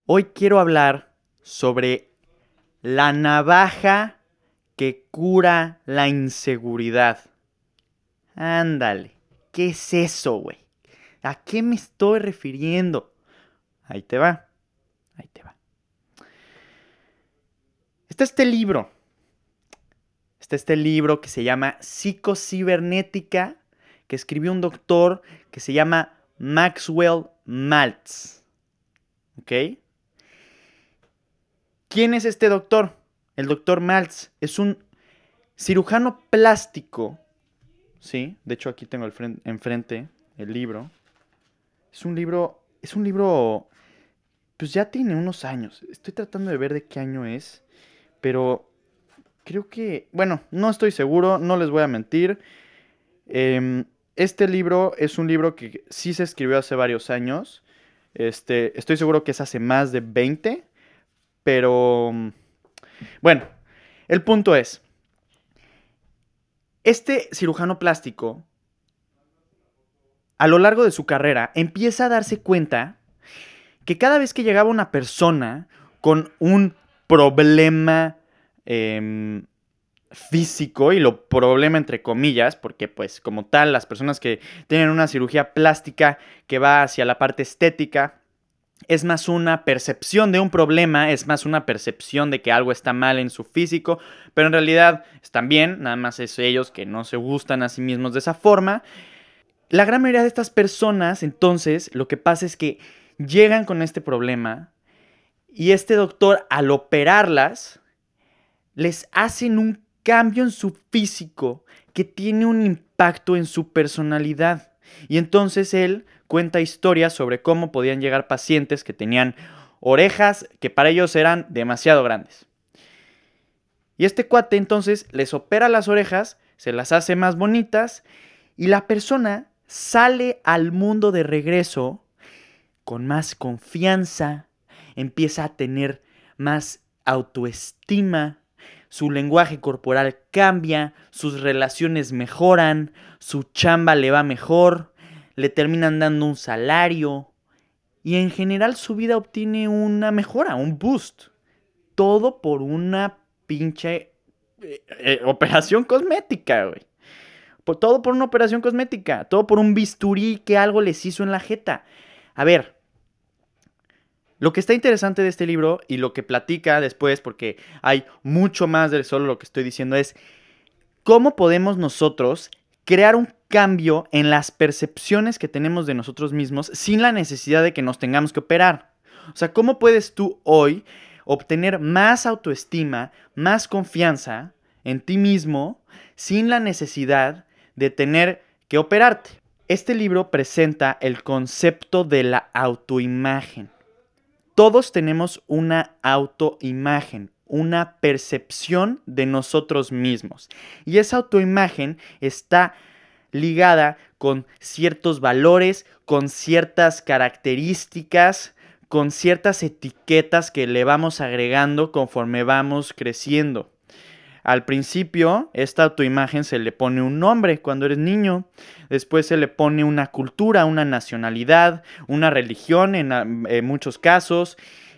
Hoy quiero hablar sobre la navaja que cura la inseguridad. Ándale, ¿qué es eso, güey? ¿A qué me estoy refiriendo? Ahí te va, ahí te va. Está este libro. Está este libro que se llama Psicocibernética, que escribió un doctor que se llama Maxwell Maltz. ¿Ok? ¿Quién es este doctor? El doctor Maltz es un cirujano plástico. Sí, de hecho aquí tengo enfrente el libro. Es un libro, pues ya tiene unos años. Estoy tratando de ver de qué año es, pero creo que, bueno, no estoy seguro, no les voy a mentir. Este libro es un libro que sí se escribió hace varios años. Estoy seguro que es hace más de 20, pero bueno, el punto es, este cirujano plástico a lo largo de su carrera empieza a darse cuenta que cada vez que llegaba una persona con un problema eh, físico, y lo problema entre comillas, porque pues como tal las personas que tienen una cirugía plástica que va hacia la parte estética, es más una percepción de un problema, es más una percepción de que algo está mal en su físico, pero en realidad están bien, nada más es ellos que no se gustan a sí mismos de esa forma. La gran mayoría de estas personas, entonces, lo que pasa es que llegan con este problema y este doctor, al operarlas, les hacen un cambio en su físico que tiene un impacto en su personalidad. Y entonces él cuenta historias sobre cómo podían llegar pacientes que tenían orejas que para ellos eran demasiado grandes. Y este cuate entonces les opera las orejas, se las hace más bonitas y la persona sale al mundo de regreso con más confianza, empieza a tener más autoestima, su lenguaje corporal cambia, sus relaciones mejoran, su chamba le va mejor, le terminan dando un salario y en general su vida obtiene una mejora, un boost. Todo por una pinche operación cosmética, güey. Todo por una operación cosmética, todo por un bisturí que algo les hizo en la jeta. A ver, lo que está interesante de este libro y lo que platica después, porque hay mucho más de solo lo que estoy diciendo, es cómo podemos nosotros crear un cambio en las percepciones que tenemos de nosotros mismos sin la necesidad de que nos tengamos que operar. O sea, ¿cómo puedes tú hoy obtener más autoestima, más confianza en ti mismo sin la necesidad de tener que operarte? Este libro presenta el concepto de la autoimagen. Todos tenemos una autoimagen, una percepción de nosotros mismos. Y esa autoimagen está ligada con ciertos valores, con ciertas características, con ciertas etiquetas que le vamos agregando conforme vamos creciendo. Al principio, esta autoimagen se le pone un nombre cuando eres niño, después se le pone una cultura, una nacionalidad, una religión en muchos casos,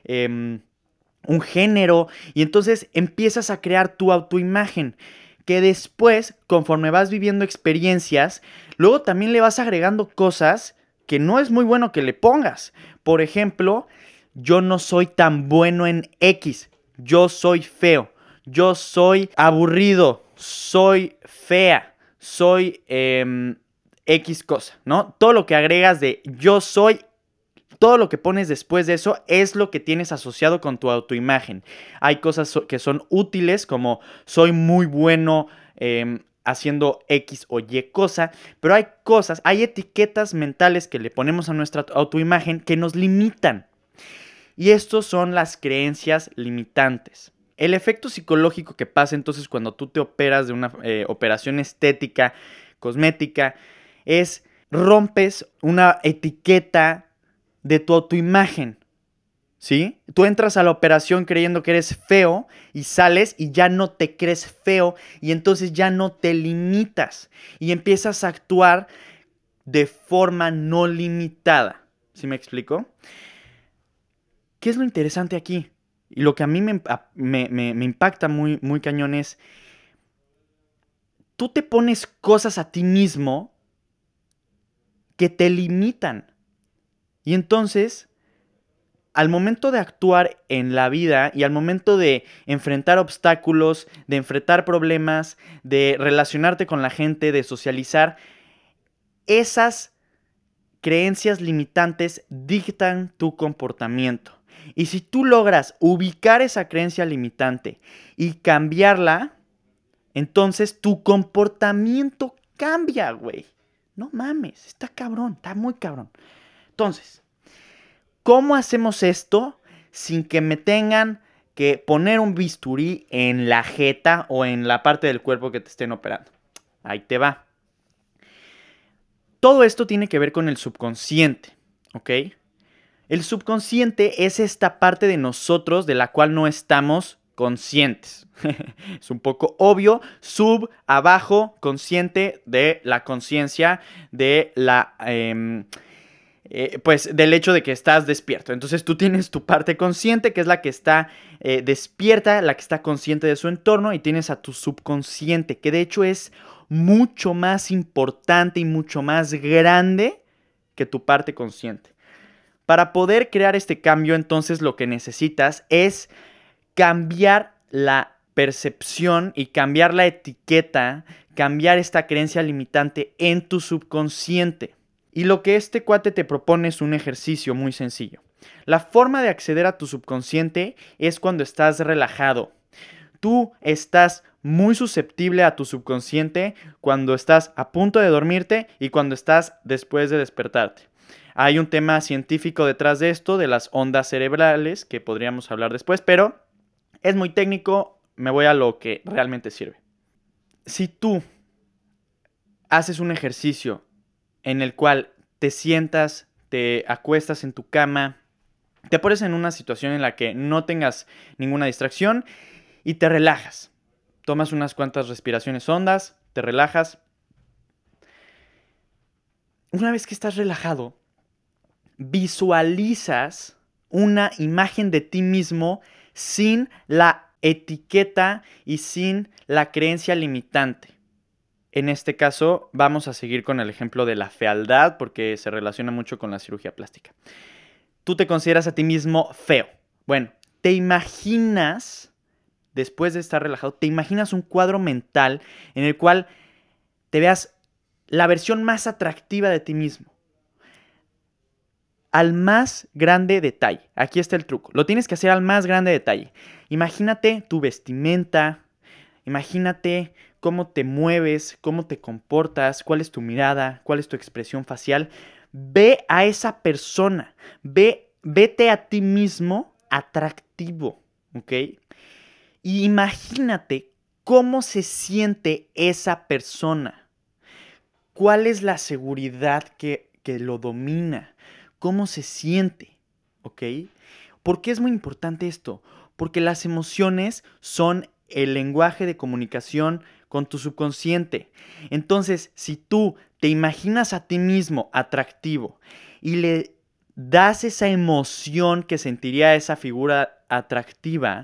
un género, y entonces empiezas a crear tu autoimagen, que después, conforme vas viviendo experiencias, luego también le vas agregando cosas que no es muy bueno que le pongas. Por ejemplo, yo no soy tan bueno en X, yo soy feo, yo soy aburrido, soy fea, soy X cosa, ¿no? Todo lo que agregas de yo soy, todo lo que pones después de eso es lo que tienes asociado con tu autoimagen. Hay cosas que son útiles, como soy muy bueno haciendo X o Y cosa, pero hay cosas, hay etiquetas mentales que le ponemos a nuestra autoimagen que nos limitan. Y estos son las creencias limitantes. El efecto psicológico que pasa entonces cuando tú te operas de una operación estética, cosmética, es rompes una etiqueta de tu autoimagen, ¿sí? Tú entras a la operación creyendo que eres feo y sales y ya no te crees feo y entonces ya no te limitas y empiezas a actuar de forma no limitada. ¿Sí me explico? ¿Qué es lo interesante aquí? Y lo que a mí me impacta muy, muy cañón es, tú te pones cosas a ti mismo que te limitan. Y entonces, al momento de actuar en la vida y al momento de enfrentar obstáculos, de enfrentar problemas, de relacionarte con la gente, de socializar, esas creencias limitantes dictan tu comportamiento. Y si tú logras ubicar esa creencia limitante y cambiarla, entonces tu comportamiento cambia, güey. No mames, está cabrón, está muy cabrón. Entonces, ¿cómo hacemos esto sin que me tengan que poner un bisturí en la jeta o en la parte del cuerpo que te estén operando? Ahí te va. Todo esto tiene que ver con el subconsciente, ¿ok? El subconsciente es esta parte de nosotros de la cual no estamos conscientes. Es un poco obvio, abajo, consciente de la conciencia, de la... pues del hecho de que estás despierto. Entonces tú tienes tu parte consciente, que es la que está despierta, la que está consciente de su entorno, y tienes a tu subconsciente, que de hecho es mucho más importante y mucho más grande que tu parte consciente. Para poder crear este cambio, entonces lo que necesitas es cambiar la percepción y cambiar la etiqueta, cambiar esta creencia limitante en tu subconsciente. Y lo que este cuate te propone es un ejercicio muy sencillo. La forma de acceder a tu subconsciente es cuando estás relajado. Tú estás muy susceptible a tu subconsciente cuando estás a punto de dormirte y cuando estás después de despertarte. Hay un tema científico detrás de esto, de las ondas cerebrales, que podríamos hablar después, pero es muy técnico, me voy a lo que realmente sirve. Si tú haces un ejercicio en el cual te sientas, te acuestas en tu cama, te pones en una situación en la que no tengas ninguna distracción y te relajas. Tomas unas cuantas respiraciones hondas, te relajas. Una vez que estás relajado, visualizas una imagen de ti mismo sin la etiqueta y sin la creencia limitante. En este caso, vamos a seguir con el ejemplo de la fealdad porque se relaciona mucho con la cirugía plástica. Tú te consideras a ti mismo feo. Bueno, te imaginas, después de estar relajado, te imaginas un cuadro mental en el cual te veas la versión más atractiva de ti mismo. Al más grande detalle. Aquí está el truco. Lo tienes que hacer al más grande detalle. Imagínate tu vestimenta. Imagínate cómo te mueves, cómo te comportas, cuál es tu mirada, cuál es tu expresión facial. Ve a esa persona. Vete a ti mismo atractivo. ¿Ok? Y imagínate cómo se siente esa persona. ¿Cuál es la seguridad que lo domina? ¿Cómo se siente? ¿Ok? ¿Por qué es muy importante esto? Porque las emociones son el lenguaje de comunicación con tu subconsciente. Entonces, si tú te imaginas a ti mismo atractivo y le das esa emoción que sentiría esa figura atractiva,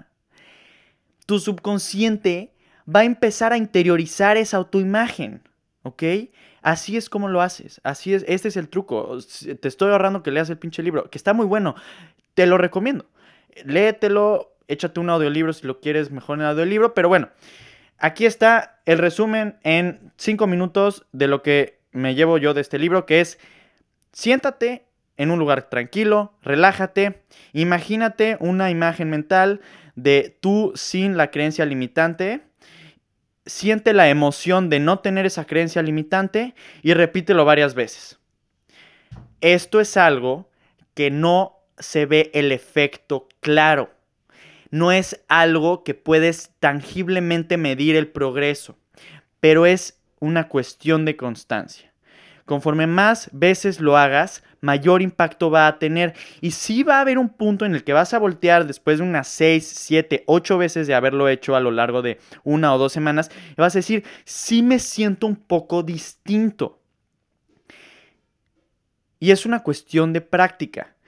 tu subconsciente va a empezar a interiorizar esa autoimagen. ¿Ok? Así es como lo haces. Así es. Este es el truco. Te estoy ahorrando que leas el pinche libro, que está muy bueno. Te lo recomiendo. Léetelo, échate un audiolibro si lo quieres mejor en audiolibro. Pero bueno, aquí está el resumen en 5 minutos de lo que me llevo yo de este libro, que es: siéntate en un lugar tranquilo, relájate, imagínate una imagen mental de tú sin la creencia limitante. Siente la emoción de no tener esa creencia limitante y repítelo varias veces. Esto es algo que no se ve el efecto claro. No es algo que puedes tangiblemente medir el progreso, pero es una cuestión de constancia. Conforme más veces lo hagas, mayor impacto va a tener. Y sí va a haber un punto en el que vas a voltear después de unas 6, 7, 8 veces de haberlo hecho a lo largo de 1 o 2 semanas. Y vas a decir, sí me siento un poco distinto. Y es una cuestión de práctica.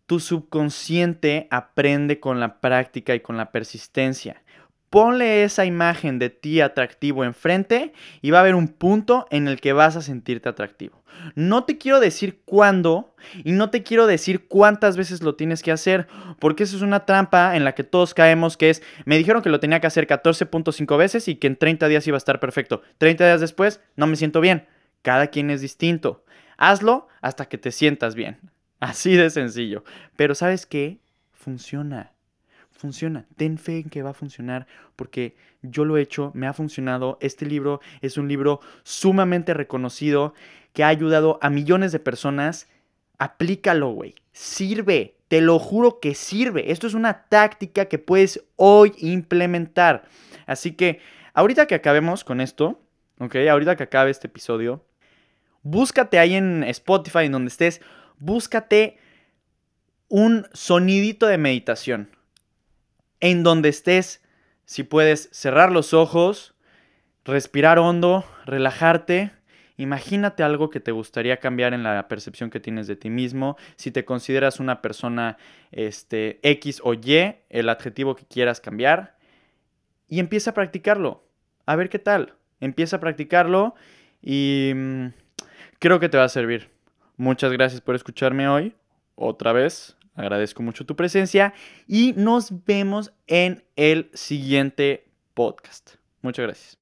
Tu subconsciente aprende con la práctica y con la persistencia. Ponle esa imagen de ti atractivo enfrente y va a haber un punto en el que vas a sentirte atractivo. No te quiero decir cuándo y no te quiero decir cuántas veces lo tienes que hacer, porque eso es una trampa en la que todos caemos, que es, me dijeron que lo tenía que hacer 14.5 veces y que en 30 días iba a estar perfecto. 30 días después, no me siento bien. Cada quien es distinto. Hazlo hasta que te sientas bien. Así de sencillo. Pero ¿sabes qué? Funciona. Funciona. Ten fe en que va a funcionar porque yo lo he hecho, me ha funcionado. Este libro es un libro sumamente reconocido que ha ayudado a millones de personas. Aplícalo, güey. Sirve. Te lo juro que sirve. Esto es una táctica que puedes hoy implementar. Así que ahorita que acabemos con esto, ¿ok? Ahorita que acabe este episodio, búscate ahí en Spotify, en donde estés, búscate un sonidito de meditación. En donde estés, si puedes cerrar los ojos, respirar hondo, relajarte. Imagínate algo que te gustaría cambiar en la percepción que tienes de ti mismo. Si te consideras una persona X o Y, el adjetivo que quieras cambiar. Y empieza a practicarlo. A ver qué tal. Empieza a practicarlo y creo que te va a servir. Muchas gracias por escucharme hoy. Otra vez, agradezco mucho tu presencia y nos vemos en el siguiente podcast. Muchas gracias.